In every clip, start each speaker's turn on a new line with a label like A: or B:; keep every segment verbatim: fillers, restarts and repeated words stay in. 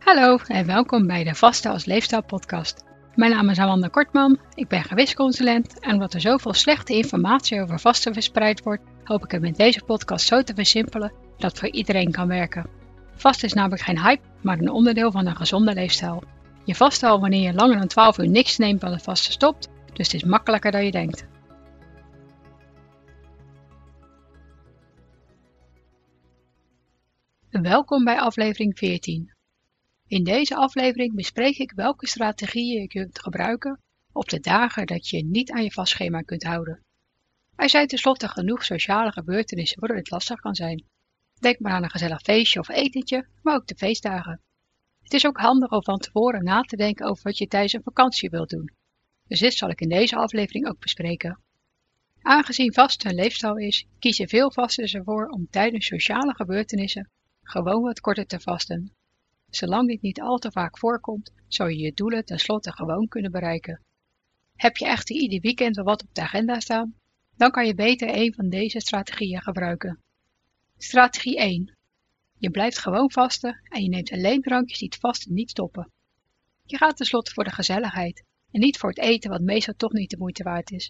A: Hallo en welkom bij de Vasten als Leefstijl podcast. Mijn naam is Amanda Kortman, ik ben gewichtsconsulent en omdat er zoveel slechte informatie over vasten verspreid wordt, hoop ik het met deze podcast zo te versimpelen dat het voor iedereen kan werken. Vasten is namelijk geen hype, maar een onderdeel van een gezonde leefstijl. Je vast al wanneer je langer dan twaalf uur niks neemt dan het vasten stopt, dus het is makkelijker dan je denkt. Welkom bij aflevering veertien. In deze aflevering bespreek ik welke strategieën je kunt gebruiken op de dagen dat je niet aan je vastschema kunt houden. Er zijn tenslotte genoeg sociale gebeurtenissen waardoor het lastig kan zijn. Denk maar aan een gezellig feestje of etentje, maar ook de feestdagen. Het is ook handig om van tevoren na te denken over wat je tijdens een vakantie wilt doen. Dus dit zal ik in deze aflevering ook bespreken. Aangezien vasten een leefstijl is, kiezen veel vasters ervoor om tijdens sociale gebeurtenissen gewoon wat korter te vasten. Zolang dit niet al te vaak voorkomt, zou je je doelen tenslotte gewoon kunnen bereiken. Heb je echter ieder weekend wel wat op de agenda staan, dan kan je beter een van deze strategieën gebruiken. Strategie één. Je blijft gewoon vasten en je neemt alleen drankjes die het vasten niet stoppen. Je gaat tenslotte voor de gezelligheid en niet voor het eten wat meestal toch niet de moeite waard is.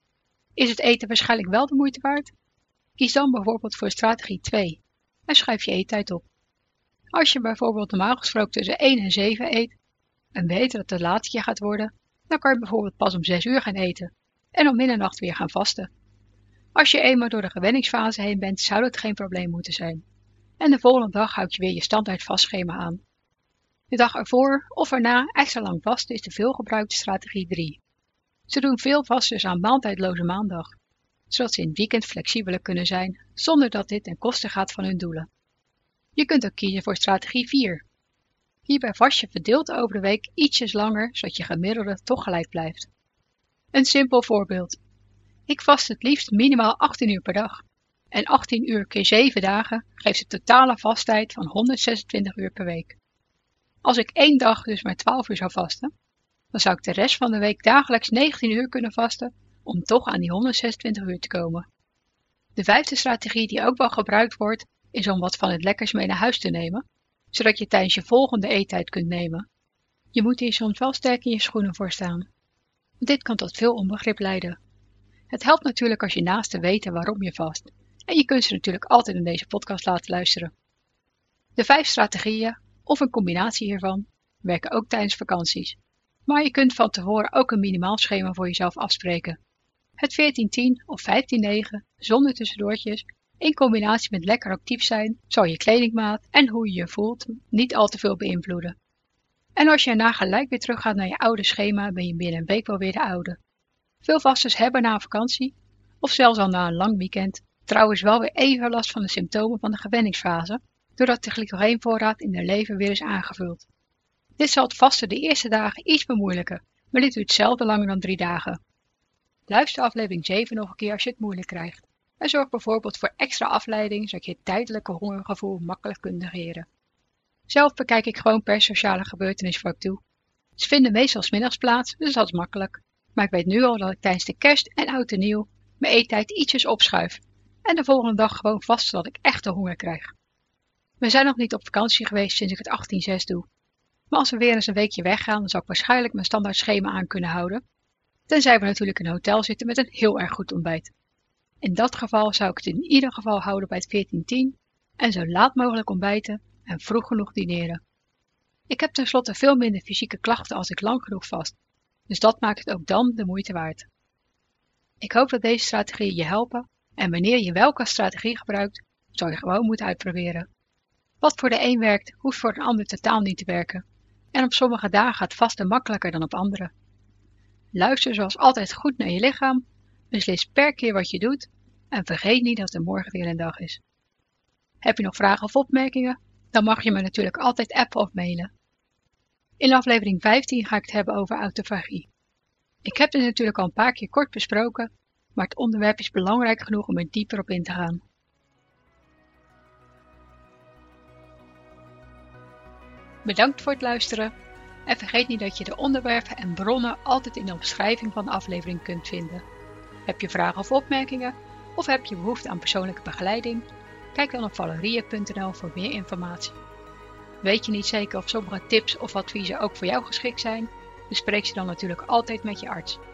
A: Is het eten waarschijnlijk wel de moeite waard? Kies dan bijvoorbeeld voor strategie twee en schrijf je eettijd op. Als je bijvoorbeeld normaal gesproken tussen één en zeven eet en weet dat het een laatje gaat worden, dan kan je bijvoorbeeld pas om zes uur gaan eten en om middernacht weer gaan vasten. Als je eenmaal door de gewenningsfase heen bent, zou dat geen probleem moeten zijn. En de volgende dag houd je weer je standaard vastschema aan. De dag ervoor of erna extra lang vasten is de veelgebruikte strategie drie. Ze doen veel vasters aan maaltijdloze maandag, zodat ze in het weekend flexibeler kunnen zijn, zonder dat dit ten koste gaat van hun doelen. Je kunt ook kiezen voor strategie vier. Hierbij vast je verdeeld over de week ietsjes langer, zodat je gemiddelde toch gelijk blijft. Een simpel voorbeeld. Ik vast het liefst minimaal achttien uur per dag. En achttien uur keer zeven dagen geeft de totale vasttijd van honderdzesentwintig uur per week. Als ik één dag dus maar twaalf uur zou vasten, dan zou ik de rest van de week dagelijks negentien uur kunnen vasten om toch aan die honderdzesentwintig uur te komen. De vijfde strategie die ook wel gebruikt wordt, is om wat van het lekkers mee naar huis te nemen, zodat je tijdens je volgende eettijd kunt nemen. Je moet hier soms wel sterk in je schoenen voor staan. Want dit kan tot veel onbegrip leiden. Het helpt natuurlijk als je naasten weten waarom je vast. En je kunt ze natuurlijk altijd in deze podcast laten luisteren. De vijf strategieën, of een combinatie hiervan, werken ook tijdens vakanties. Maar je kunt van tevoren ook een minimaal schema voor jezelf afspreken. Het veertien tien of vijftien negen, zonder tussendoortjes, in combinatie met lekker actief zijn, zal je kledingmaat en hoe je je voelt niet al te veel beïnvloeden. En als je erna gelijk weer teruggaat naar je oude schema, ben je binnen een week wel weer de oude. Veel vasters hebben na een vakantie, of zelfs al na een lang weekend, trouwens wel weer even last van de symptomen van de gewenningsfase, doordat de glycogeenvoorraad in de lever weer is aangevuld. Dit zal het vasten de eerste dagen iets bemoeilijken, maar dit duurt zelden langer dan drie dagen. Luister aflevering zeven nog een keer als je het moeilijk krijgt. En zorg bijvoorbeeld voor extra afleiding, zodat je het tijdelijke hongergevoel makkelijk kunt negeren. Zelf bekijk ik gewoon per sociale gebeurtenis wat ik doe. Ze vinden meestal 's middags plaats, dus dat is makkelijk. Maar ik weet nu al dat ik tijdens de kerst en oud en nieuw mijn eettijd ietsjes opschuif. En de volgende dag gewoon vast, zodat ik echt de honger krijg. We zijn nog niet op vakantie geweest sinds ik het achttien zes doe. Maar als we weer eens een weekje weggaan, dan zal ik waarschijnlijk mijn standaard schema aan kunnen houden. Tenzij we natuurlijk in een hotel zitten met een heel erg goed ontbijt. In dat geval zou ik het in ieder geval houden bij het veertien tien en zo laat mogelijk ontbijten en vroeg genoeg dineren. Ik heb tenslotte veel minder fysieke klachten als ik lang genoeg vast, dus dat maakt het ook dan de moeite waard. Ik hoop dat deze strategieën je helpen en wanneer je welke strategie gebruikt, zou je gewoon moeten uitproberen. Wat voor de een werkt, hoeft voor een ander totaal niet te werken en op sommige dagen gaat vasten makkelijker dan op andere. Luister zoals altijd goed naar je lichaam, beslis per keer wat je doet en vergeet niet dat er morgen weer een dag is. Heb je nog vragen of opmerkingen? Dan mag je me natuurlijk altijd appen of mailen. In aflevering vijftien ga ik het hebben over autofagie. Ik heb dit natuurlijk al een paar keer kort besproken, maar het onderwerp is belangrijk genoeg om er dieper op in te gaan. Bedankt voor het luisteren en vergeet niet dat je de onderwerpen en bronnen altijd in de omschrijving van de aflevering kunt vinden. Heb je vragen of opmerkingen of heb je behoefte aan persoonlijke begeleiding? Kijk dan op valerie punt n l voor meer informatie. Weet je niet zeker of sommige tips of adviezen ook voor jou geschikt zijn? Bespreek ze dan natuurlijk altijd met je arts.